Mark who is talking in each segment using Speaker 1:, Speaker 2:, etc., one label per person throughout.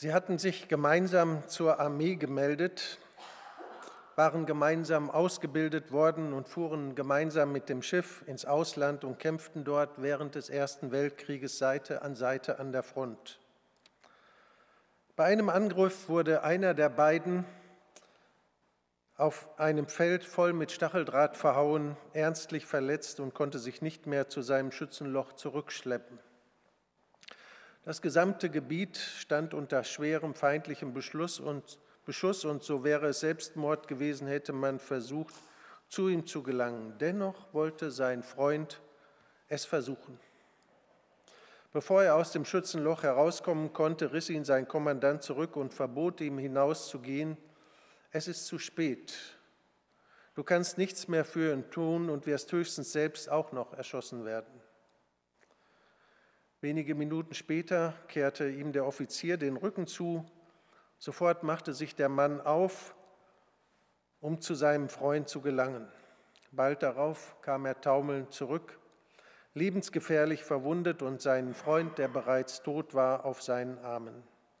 Speaker 1: Sie hatten sich gemeinsam zur Armee gemeldet, waren gemeinsam ausgebildet worden und fuhren gemeinsam mit dem Schiff ins Ausland und kämpften dort während des Ersten Weltkrieges Seite an der Front. Bei einem Angriff wurde einer der beiden auf einem Feld voll mit Stacheldraht verhauen, ernstlich verletzt und konnte sich nicht mehr zu seinem Schützenloch zurückschleppen. Das gesamte Gebiet stand unter schwerem feindlichem Beschuss und so wäre es Selbstmord gewesen, hätte man versucht, zu ihm zu gelangen. Dennoch wollte sein Freund es versuchen. Bevor er aus dem Schützenloch herauskommen konnte, riss ihn sein Kommandant zurück und verbot ihm, hinauszugehen. Es ist zu spät. Du kannst nichts mehr für ihn tun und wirst höchstens selbst auch noch erschossen werden. Wenige Minuten später kehrte ihm der Offizier den Rücken zu. Sofort machte sich der Mann auf, um zu seinem Freund zu gelangen. Bald darauf kam er taumelnd zurück, lebensgefährlich verwundet und seinen Freund, der bereits tot war, auf seinen Armen.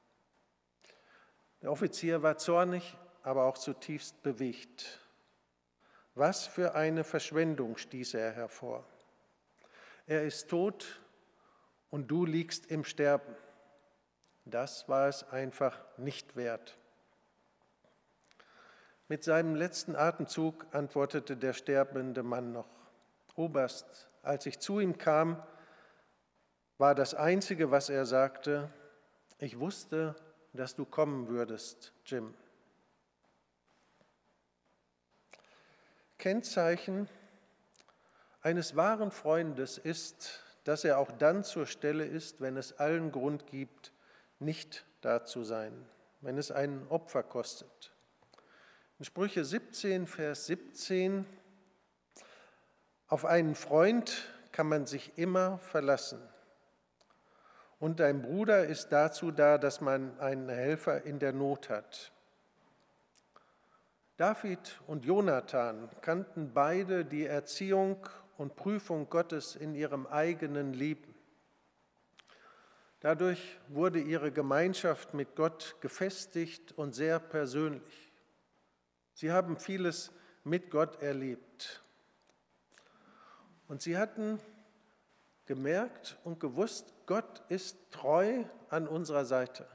Speaker 1: Der Offizier war zornig, aber auch zutiefst bewegt. Was für eine Verschwendung, stieß er hervor. Er ist tot und du liegst im Sterben. Das war es einfach nicht wert. Mit seinem letzten Atemzug antwortete der sterbende Mann noch: Oberst, als ich zu ihm kam, war das Einzige, was er sagte: Ich wusste, dass du kommen würdest, Jim. Kennzeichen eines wahren Freundes ist, dass er auch dann zur Stelle ist, wenn es allen Grund gibt, nicht da zu sein, wenn es ein Opfer kostet. In Sprüche 17, Vers 17: Auf einen Freund kann man sich immer verlassen. Und ein Bruder ist dazu da, dass man einen Helfer in der Not hat. David und Jonathan kannten beide die Erziehung und Prüfung Gottes in ihrem eigenen Leben. Dadurch wurde ihre Gemeinschaft mit Gott gefestigt und sehr persönlich. Sie haben vieles mit Gott erlebt. Und sie hatten gemerkt und gewusst, Gott ist treu an unserer Seite.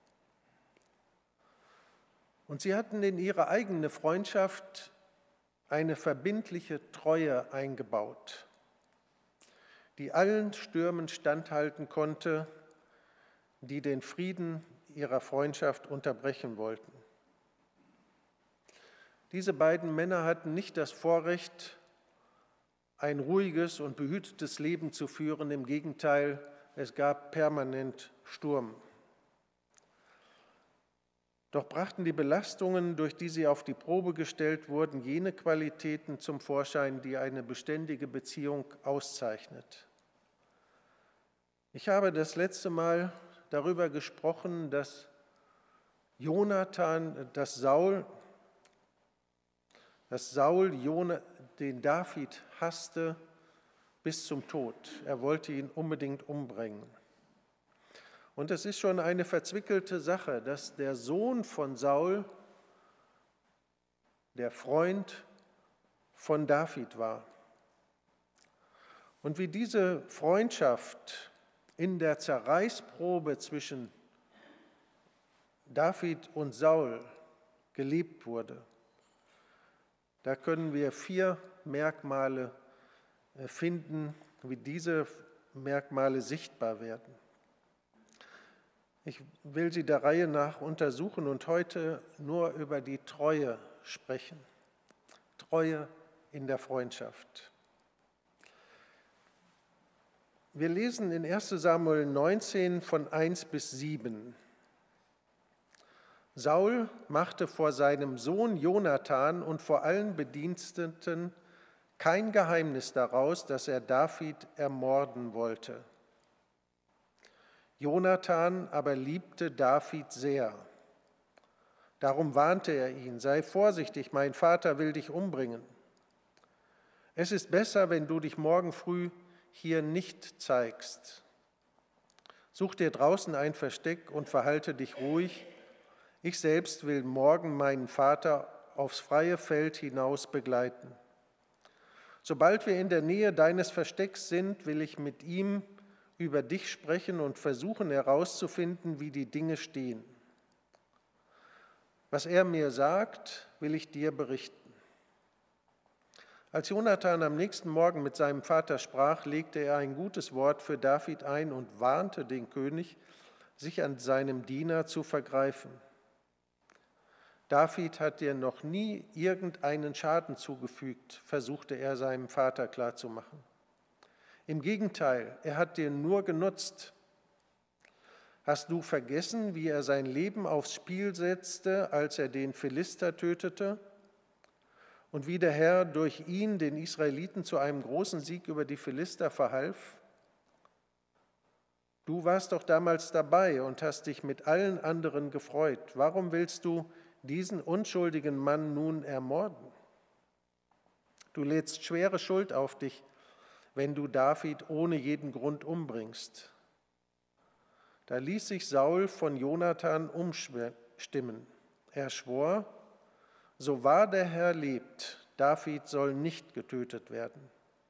Speaker 1: Und sie hatten in ihre eigene Freundschaft eine verbindliche Treue eingebaut, die allen Stürmen standhalten konnte, die den Frieden ihrer Freundschaft unterbrechen wollten. Diese beiden Männer hatten nicht das Vorrecht, ein ruhiges und behütetes Leben zu führen. Im Gegenteil, es gab permanent Sturm. Doch brachten die Belastungen, durch die sie auf die Probe gestellt wurden, jene Qualitäten zum Vorschein, die eine beständige Beziehung auszeichnet. Ich habe das letzte Mal darüber gesprochen, dass Saul den David hasste bis zum Tod. Er wollte ihn unbedingt umbringen. Und es ist schon eine verzwickelte Sache, dass der Sohn von Saul der Freund von David war. Und wie diese Freundschaft in der Zerreißprobe zwischen David und Saul gelebt wurde, da können wir 4 Merkmale finden, wie diese Merkmale sichtbar werden. Ich will sie der Reihe nach untersuchen und heute nur über die Treue sprechen. Treue in der Freundschaft. Wir lesen in 1 Samuel 19 von 1 bis 7. Saul machte vor seinem Sohn Jonathan und vor allen Bediensteten kein Geheimnis daraus, dass er David ermorden wollte. Jonathan aber liebte David sehr. Darum warnte er ihn: Sei vorsichtig, mein Vater will dich umbringen. Es ist besser, wenn du dich morgen früh hier nicht zeigst. Such dir draußen ein Versteck und verhalte dich ruhig. Ich selbst will morgen meinen Vater aufs freie Feld hinaus begleiten. Sobald wir in der Nähe deines Verstecks sind, will ich mit ihm über dich sprechen und versuchen herauszufinden, wie die Dinge stehen. Was er mir sagt, will ich dir berichten. Als Jonathan am nächsten Morgen mit seinem Vater sprach, legte er ein gutes Wort für David ein und warnte den König, sich an seinem Diener zu vergreifen. David hat dir noch nie irgendeinen Schaden zugefügt, versuchte er seinem Vater klarzumachen. Im Gegenteil, er hat dir nur genutzt. Hast du vergessen, wie er sein Leben aufs Spiel setzte, als er den Philister tötete? Und wie der Herr durch ihn den Israeliten zu einem großen Sieg über die Philister verhalf? Du warst doch damals dabei und hast dich mit allen anderen gefreut. Warum willst du diesen unschuldigen Mann nun ermorden? Du lädst schwere Schuld auf dich, wenn du David ohne jeden Grund umbringst. Da ließ sich Saul von Jonathan umstimmen. Er schwor, so wahr der Herr lebt, David soll nicht getötet werden.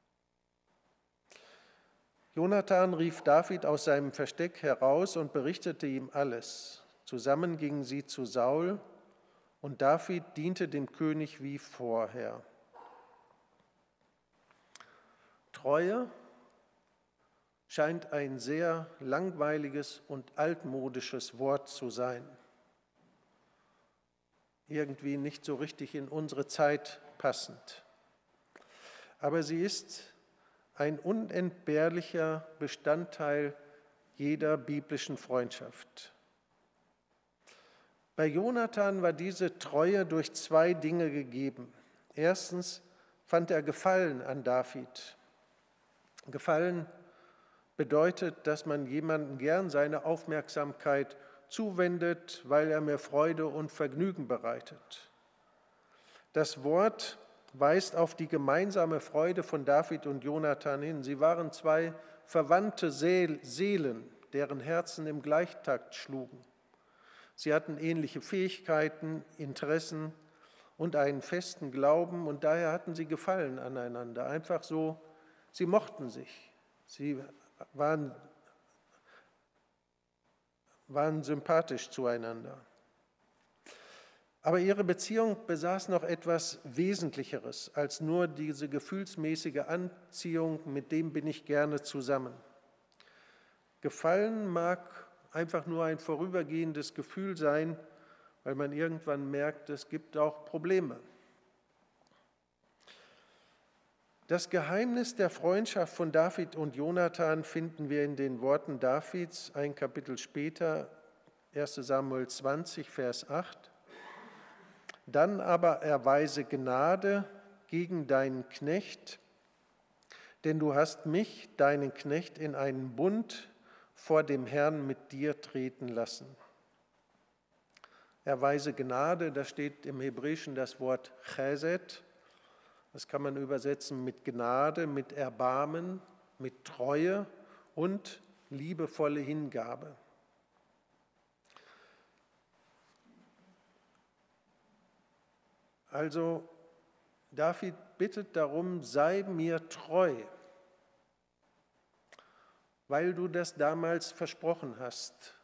Speaker 1: Jonathan rief David aus seinem Versteck heraus und berichtete ihm alles. Zusammen gingen sie zu Saul und David diente dem König wie vorher. Treue scheint ein sehr langweiliges und altmodisches Wort zu sein. Irgendwie nicht so richtig in unsere Zeit passend. Aber sie ist ein unentbehrlicher Bestandteil jeder biblischen Freundschaft. Bei Jonathan war diese Treue durch zwei Dinge gegeben. Erstens fand er Gefallen an David. Gefallen bedeutet, dass man jemandem gern seine Aufmerksamkeit zuwendet, weil er mir Freude und Vergnügen bereitet. Das Wort weist auf die gemeinsame Freude von David und Jonathan hin. Sie waren zwei verwandte Seelen, deren Herzen im Gleichtakt schlugen. Sie hatten ähnliche Fähigkeiten, Interessen und einen festen Glauben und daher hatten sie Gefallen aneinander. Einfach so, sie mochten sich. Sie waren sympathisch zueinander. Aber ihre Beziehung besaß noch etwas Wesentlicheres als nur diese gefühlsmäßige Anziehung, mit dem bin ich gerne zusammen. Gefallen mag einfach nur ein vorübergehendes Gefühl sein, weil man irgendwann merkt, es gibt auch Probleme. Das Geheimnis der Freundschaft von David und Jonathan finden wir in den Worten Davids, ein Kapitel später, 1. Samuel 20, Vers 8. Dann aber erweise Gnade gegen deinen Knecht, denn du hast mich, deinen Knecht, in einen Bund vor dem Herrn mit dir treten lassen. Erweise Gnade, da steht im Hebräischen das Wort Chesed. Das kann man übersetzen mit Gnade, mit Erbarmen, mit Treue und liebevolle Hingabe. Also David bittet darum, sei mir treu, weil du das damals versprochen hast.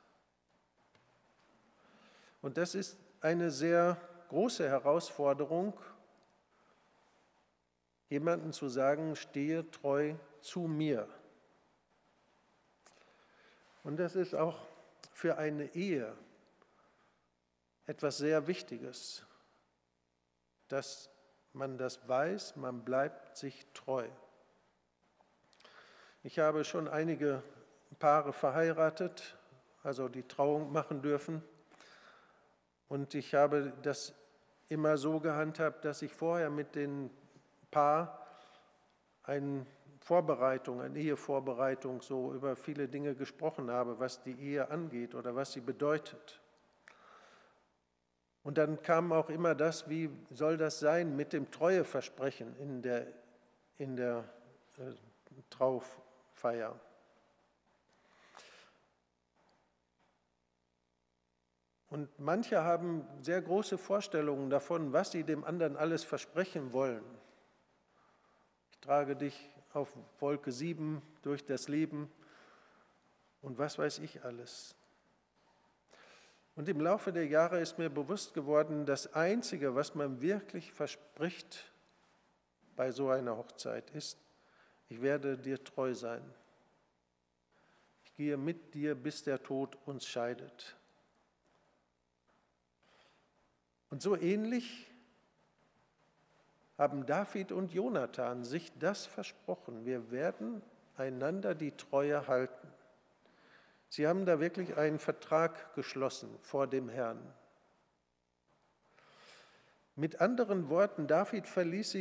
Speaker 1: Und das ist eine sehr große Herausforderung, jemandem zu sagen, stehe treu zu mir. Und das ist auch für eine Ehe etwas sehr Wichtiges, dass man das weiß, man bleibt sich treu. Ich habe schon einige Paare verheiratet, also die Trauung machen dürfen. Und ich habe das immer so gehandhabt, dass ich vorher mit dem Paar eine Ehevorbereitung so über viele Dinge gesprochen habe, was die Ehe angeht oder was sie bedeutet. Und dann kam auch immer das, wie soll das sein mit dem Treueversprechen in der Traufeier. Und manche haben sehr große Vorstellungen davon, was sie dem anderen alles versprechen wollen. Ich trage dich auf Wolke 7 durch das Leben und was weiß ich alles. Und im Laufe der Jahre ist mir bewusst geworden, das Einzige, was man wirklich verspricht bei so einer Hochzeit, ist: Ich werde dir treu sein. Ich gehe mit dir, bis der Tod uns scheidet. Und so ähnlich haben David und Jonathan sich das versprochen. Wir werden einander die Treue halten. Sie haben da wirklich einen Vertrag geschlossen vor dem Herrn. Mit anderen Worten, David verließ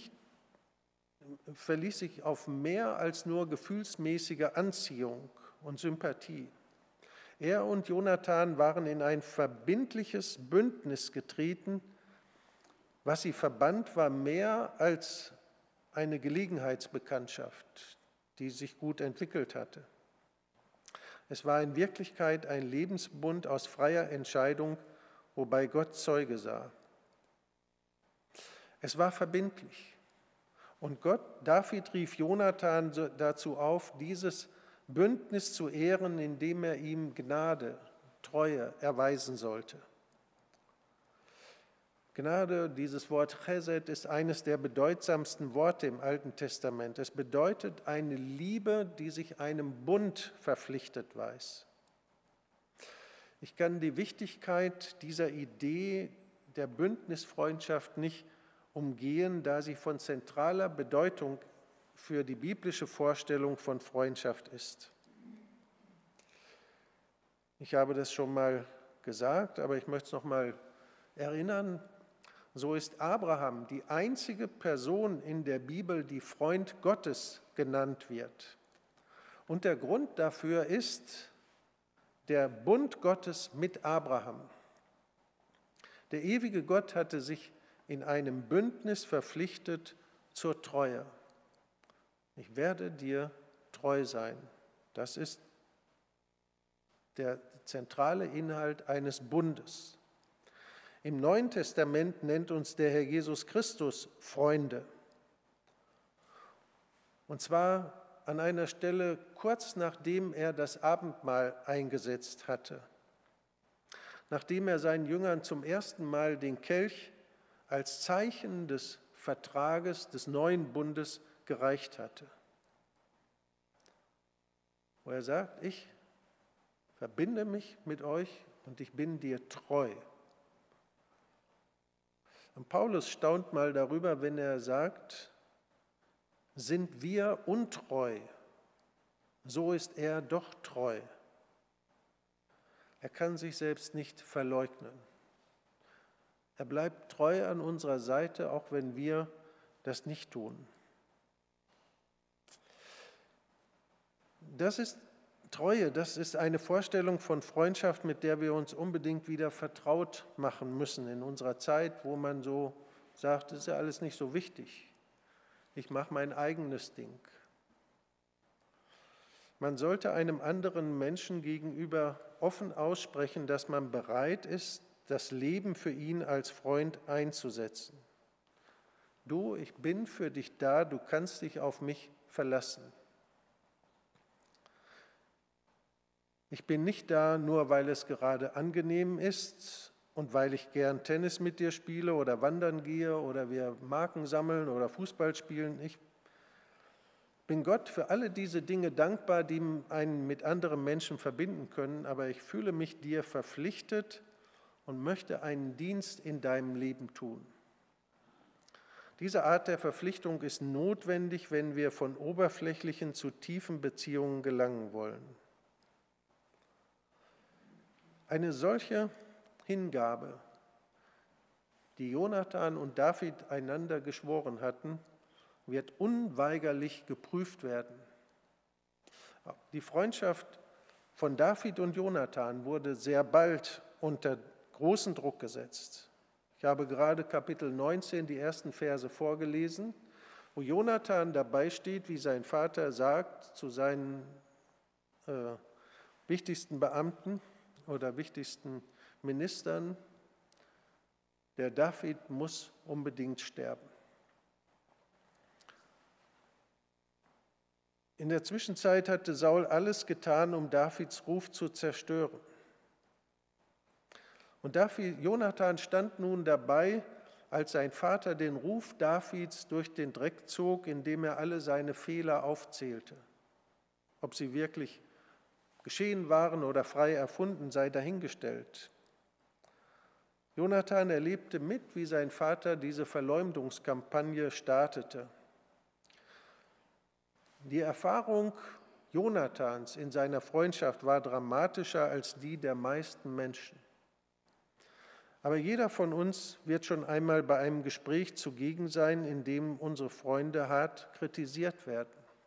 Speaker 1: sich auf mehr als nur gefühlsmäßige Anziehung und Sympathie. Er und Jonathan waren in ein verbindliches Bündnis getreten. Was sie verband, war mehr als eine Gelegenheitsbekanntschaft, die sich gut entwickelt hatte. Es war in Wirklichkeit ein Lebensbund aus freier Entscheidung, wobei Gott Zeuge sah. Es war verbindlich. Und David rief Jonathan dazu auf, dieses Bündnis zu ehren, indem er ihm Gnade, Treue erweisen sollte. Gnade, dieses Wort Chesed, ist eines der bedeutsamsten Worte im Alten Testament. Es bedeutet eine Liebe, die sich einem Bund verpflichtet weiß. Ich kann die Wichtigkeit dieser Idee der Bündnisfreundschaft nicht umgehen, da sie von zentraler Bedeutung für die biblische Vorstellung von Freundschaft ist. Ich habe das schon mal gesagt, aber ich möchte es noch mal erinnern. So ist Abraham die einzige Person in der Bibel, die Freund Gottes genannt wird. Und der Grund dafür ist der Bund Gottes mit Abraham. Der ewige Gott hatte sich in einem Bündnis verpflichtet zur Treue. Ich werde dir treu sein. Das ist der zentrale Inhalt eines Bundes. Im Neuen Testament nennt uns der Herr Jesus Christus Freunde. Und zwar an einer Stelle kurz nachdem er das Abendmahl eingesetzt hatte. Nachdem er seinen Jüngern zum ersten Mal den Kelch als Zeichen des Vertrages des neuen Bundes gereicht hatte. Wo er sagt: Ich verbinde mich mit euch und ich bin dir treu. Und Paulus staunt mal darüber, wenn er sagt: Sind wir untreu, so ist er doch treu. Er kann sich selbst nicht verleugnen. Er bleibt treu an unserer Seite, auch wenn wir das nicht tun. Das ist Treue, das ist eine Vorstellung von Freundschaft, mit der wir uns unbedingt wieder vertraut machen müssen in unserer Zeit, wo man so sagt, das ist ja alles nicht so wichtig. Ich mache mein eigenes Ding. Man sollte einem anderen Menschen gegenüber offen aussprechen, dass man bereit ist, das Leben für ihn als Freund einzusetzen. Du, ich bin für dich da, du kannst dich auf mich verlassen. Ich bin nicht da, nur weil es gerade angenehm ist und weil ich gern Tennis mit dir spiele oder wandern gehe oder wir Marken sammeln oder Fußball spielen. Ich bin Gott für alle diese Dinge dankbar, die einen mit anderen Menschen verbinden können, aber ich fühle mich dir verpflichtet und möchte einen Dienst in deinem Leben tun. Diese Art der Verpflichtung ist notwendig, wenn wir von oberflächlichen zu tiefen Beziehungen gelangen wollen. Eine solche Hingabe, die Jonathan und David einander geschworen hatten, wird unweigerlich geprüft werden. Die Freundschaft von David und Jonathan wurde sehr bald unter großen Druck gesetzt. Ich habe gerade Kapitel 19, die ersten Verse vorgelesen, wo Jonathan dabei steht, wie sein Vater sagt zu seinen wichtigsten Beamten oder wichtigsten Ministern, der David muss unbedingt sterben. In der Zwischenzeit hatte Saul alles getan, um Davids Ruf zu zerstören. Und Jonathan stand nun dabei, als sein Vater den Ruf Davids durch den Dreck zog, indem er alle seine Fehler aufzählte. Ob sie wirklich geschehen waren oder frei erfunden, sei dahingestellt. Jonathan erlebte mit, wie sein Vater diese Verleumdungskampagne startete. Die Erfahrung Jonathans in seiner Freundschaft war dramatischer als die der meisten Menschen. Aber jeder von uns wird schon einmal bei einem Gespräch zugegen sein, in dem unsere Freunde hart kritisiert werden,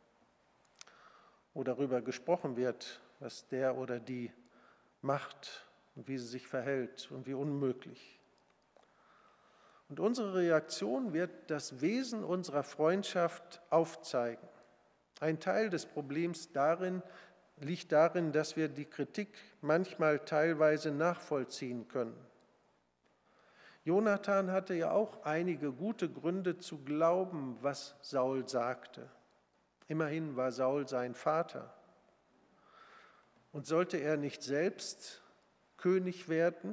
Speaker 1: wo darüber gesprochen wird, was der oder die macht und wie sie sich verhält und wie unmöglich. Und unsere Reaktion wird das Wesen unserer Freundschaft aufzeigen. Ein Teil des Problems liegt darin, dass wir die Kritik manchmal teilweise nachvollziehen können. Jonathan hatte ja auch einige gute Gründe zu glauben, was Saul sagte. Immerhin war Saul sein Vater. Und sollte er nicht selbst König werden?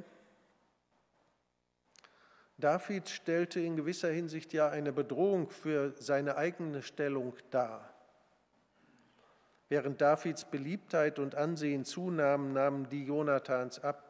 Speaker 1: David stellte in gewisser Hinsicht ja eine Bedrohung für seine eigene Stellung dar. Während Davids Beliebtheit und Ansehen zunahmen, nahmen die Jonathans ab.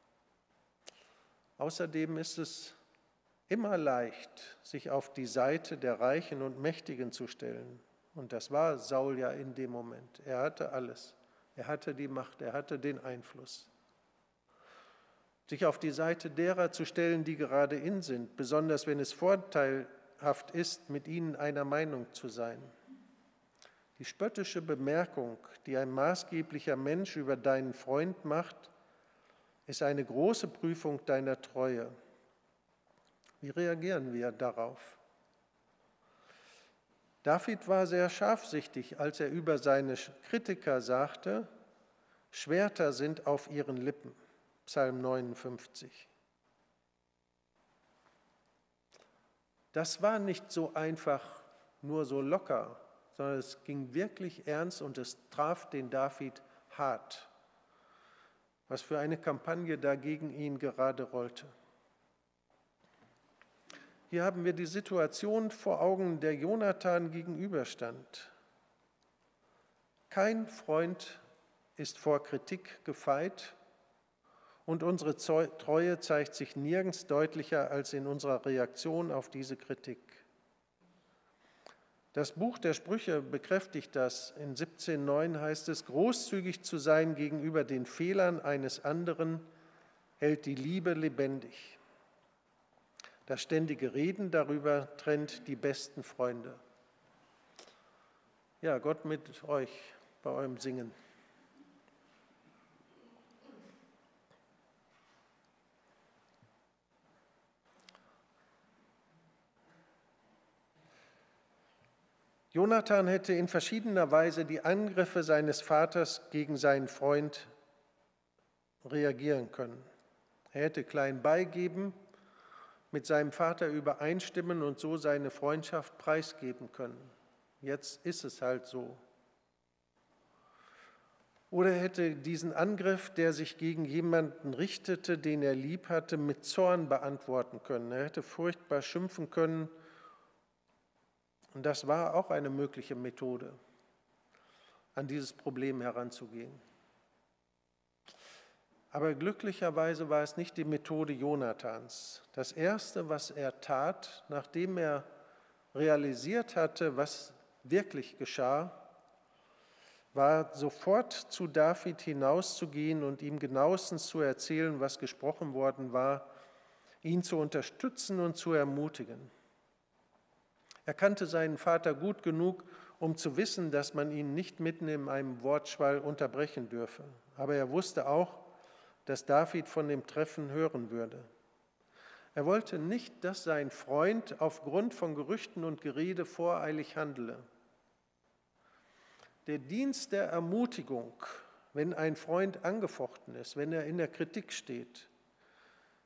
Speaker 1: Außerdem ist es immer leicht, sich auf die Seite der Reichen und Mächtigen zu stellen. Und das war Saul ja in dem Moment. Er hatte alles. Er hatte die Macht, er hatte den Einfluss. Sich auf die Seite derer zu stellen, die gerade in sind, besonders wenn es vorteilhaft ist, mit ihnen einer Meinung zu sein. Die spöttische Bemerkung, die ein maßgeblicher Mensch über deinen Freund macht, ist eine große Prüfung deiner Treue. Wie reagieren wir darauf? David war sehr scharfsichtig, als er über seine Kritiker sagte, Schwerter sind auf ihren Lippen. Psalm 59. Das war nicht so einfach, nur so locker, sondern es ging wirklich ernst und es traf den David hart. Was für eine Kampagne da gegen ihn gerade rollte. Hier haben wir die Situation vor Augen, der Jonathan gegenüberstand. Kein Freund ist vor Kritik gefeit und unsere Treue zeigt sich nirgends deutlicher als in unserer Reaktion auf diese Kritik. Das Buch der Sprüche bekräftigt das. In 17,9 heißt es, großzügig zu sein gegenüber den Fehlern eines anderen hält die Liebe lebendig. Das ständige Reden darüber trennt die besten Freunde. Ja, Gott mit euch bei eurem Singen. Jonathan hätte in verschiedener Weise die Angriffe seines Vaters gegen seinen Freund reagieren können. Er hätte klein beigeben, mit seinem Vater übereinstimmen und so seine Freundschaft preisgeben können. Jetzt ist es halt so. Oder er hätte diesen Angriff, der sich gegen jemanden richtete, den er lieb hatte, mit Zorn beantworten können. Er hätte furchtbar schimpfen können. Und das war auch eine mögliche Methode, an dieses Problem heranzugehen. Aber glücklicherweise war es nicht die Methode Jonathans. Das Erste, was er tat, nachdem er realisiert hatte, was wirklich geschah, war sofort zu David hinauszugehen und ihm genauestens zu erzählen, was gesprochen worden war, ihn zu unterstützen und zu ermutigen. Er kannte seinen Vater gut genug, um zu wissen, dass man ihn nicht mitten in einem Wortschwall unterbrechen dürfe. Aber er wusste auch, dass David von dem Treffen hören würde. Er wollte nicht, dass sein Freund aufgrund von Gerüchten und Gerede voreilig handele. Der Dienst der Ermutigung, wenn ein Freund angefochten ist, wenn er in der Kritik steht,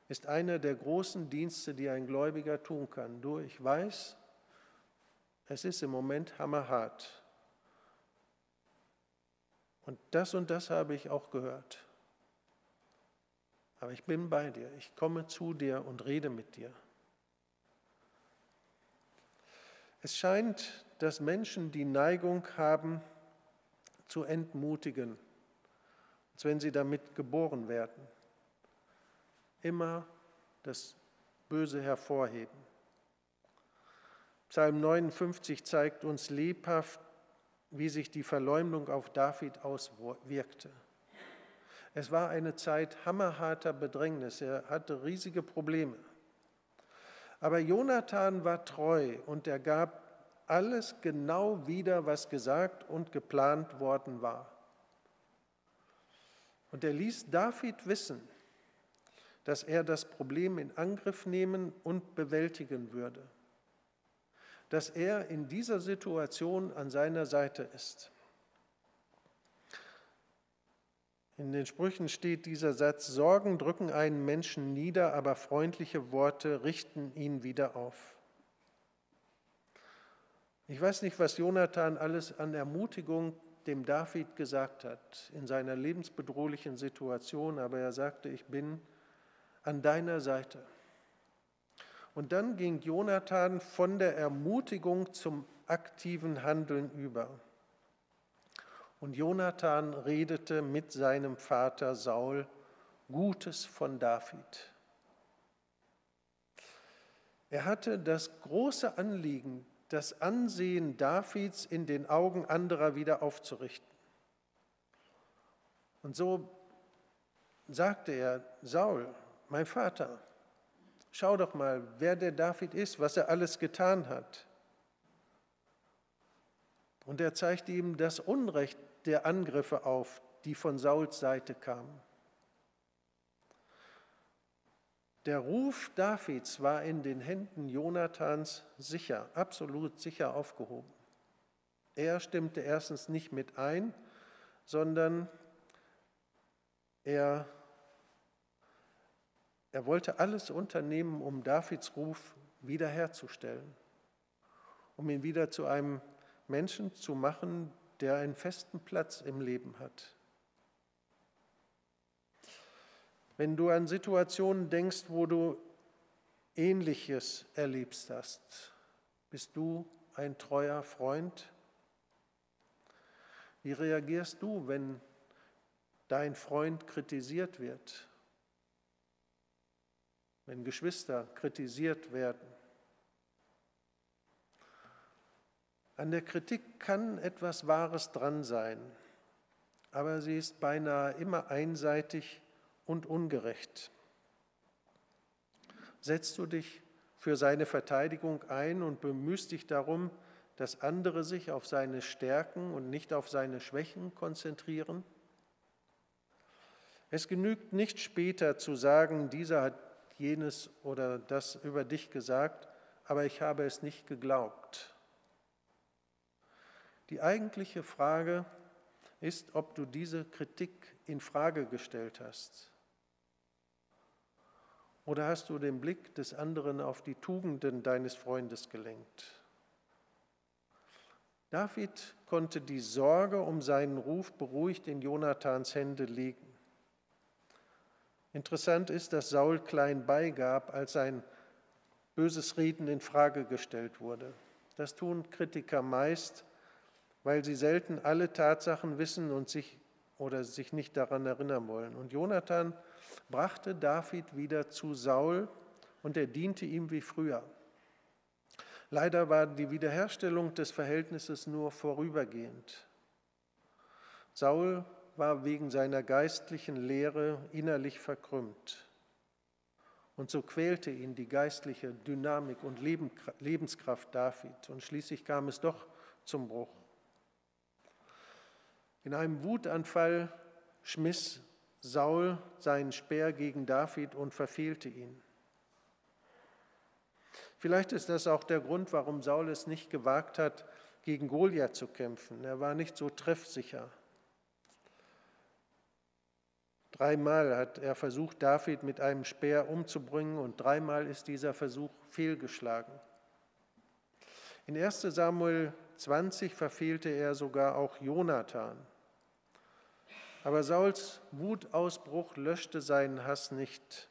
Speaker 1: ist einer der großen Dienste, die ein Gläubiger tun kann. Du, ich weiß, es ist im Moment hammerhart. Und das habe ich auch gehört. Aber ich bin bei dir, ich komme zu dir und rede mit dir. Es scheint, dass Menschen die Neigung haben, zu entmutigen, als wenn sie damit geboren werden. Immer das Böse hervorheben. Psalm 59 zeigt uns lebhaft, wie sich die Verleumdung auf David auswirkte. Es war eine Zeit hammerharter Bedrängnis, er hatte riesige Probleme. Aber Jonathan war treu und er gab alles genau wieder, was gesagt und geplant worden war. Und er ließ David wissen, dass er das Problem in Angriff nehmen und bewältigen würde, dass er in dieser Situation an seiner Seite ist. In den Sprüchen steht dieser Satz: Sorgen drücken einen Menschen nieder, aber freundliche Worte richten ihn wieder auf. Ich weiß nicht, was Jonathan alles an Ermutigung dem David gesagt hat in seiner lebensbedrohlichen Situation, aber er sagte, ich bin an deiner Seite. Und dann ging Jonathan von der Ermutigung zum aktiven Handeln über. Und Jonathan redete mit seinem Vater Saul Gutes von David. Er hatte das große Anliegen, das Ansehen Davids in den Augen anderer wieder aufzurichten. Und so sagte er, Saul, mein Vater, schau doch mal, wer der David ist, was er alles getan hat. Und er zeigte ihm das Unrecht der Angriffe auf, die von Sauls Seite kamen. Der Ruf Davids war in den Händen Jonathans sicher, absolut sicher aufgehoben. Er stimmte erstens nicht mit ein, sondern er wollte alles unternehmen, um Davids Ruf wiederherzustellen, um ihn wieder zu einem Menschen zu machen, der einen festen Platz im Leben hat. Wenn du an Situationen denkst, wo du Ähnliches erlebt hast, bist du ein treuer Freund? Wie reagierst du, wenn dein Freund kritisiert wird? Wenn Geschwister kritisiert werden? An der Kritik kann etwas Wahres dran sein, aber sie ist beinahe immer einseitig und ungerecht. Setzt du dich für seine Verteidigung ein und bemühst dich darum, dass andere sich auf seine Stärken und nicht auf seine Schwächen konzentrieren? Es genügt nicht später zu sagen, dieser hat jenes oder das über dich gesagt, aber ich habe es nicht geglaubt. Die eigentliche Frage ist, ob du diese Kritik in Frage gestellt hast. Oder hast du den Blick des anderen auf die Tugenden deines Freundes gelenkt? David konnte die Sorge um seinen Ruf beruhigt in Jonathans Hände legen. Interessant ist, dass Saul klein beigab, als sein böses Reden in Frage gestellt wurde. Das tun Kritiker meist, weil sie selten alle Tatsachen wissen und sich nicht daran erinnern wollen. Und Jonathan brachte David wieder zu Saul und er diente ihm wie früher. Leider war die Wiederherstellung des Verhältnisses nur vorübergehend. Saul war wegen seiner geistlichen Lehre innerlich verkrümmt. Und so quälte ihn die geistliche Dynamik und Lebenskraft David. Und schließlich kam es doch zum Bruch. In einem Wutanfall schmiss Saul seinen Speer gegen David und verfehlte ihn. Vielleicht ist das auch der Grund, warum Saul es nicht gewagt hat, gegen Goliath zu kämpfen. Er war nicht so treffsicher. 3-mal hat er versucht, David mit einem Speer umzubringen, und 3-mal ist dieser Versuch fehlgeschlagen. In 1 Samuel 20 verfehlte er sogar auch Jonathan. Aber Sauls Wutausbruch löschte seinen Hass nicht.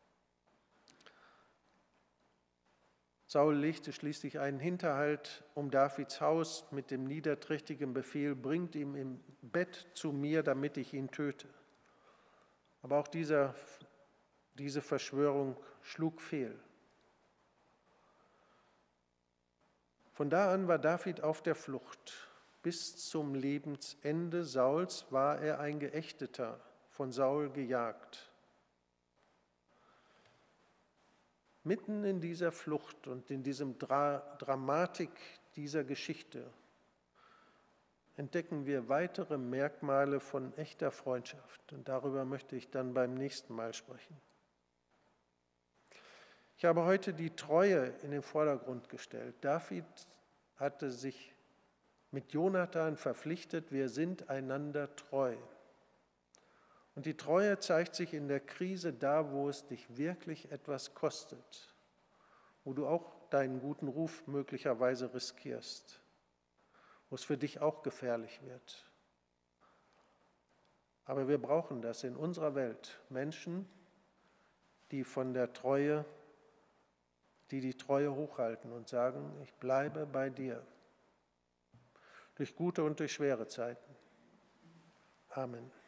Speaker 1: Saul legte schließlich einen Hinterhalt um Davids Haus mit dem niederträchtigen Befehl: Bringt ihn im Bett zu mir, damit ich ihn töte. Aber auch diese Verschwörung schlug fehl. Von da an war David auf der Flucht. Bis zum Lebensende Sauls war er ein Geächteter, von Saul gejagt. Mitten in dieser Flucht und in diesem Dramatik dieser Geschichte entdecken wir weitere Merkmale von echter Freundschaft. Und darüber möchte ich dann beim nächsten Mal sprechen. Ich habe heute die Treue in den Vordergrund gestellt. David hatte sich mit Jonathan verpflichtet: Wir sind einander treu. Und die Treue zeigt sich in der Krise da, wo es dich wirklich etwas kostet, wo du auch deinen guten Ruf möglicherweise riskierst, wo es für dich auch gefährlich wird. Aber wir brauchen das in unserer Welt. Menschen, die die Treue hochhalten und sagen: Ich bleibe bei dir, durch gute und durch schwere Zeiten. Amen.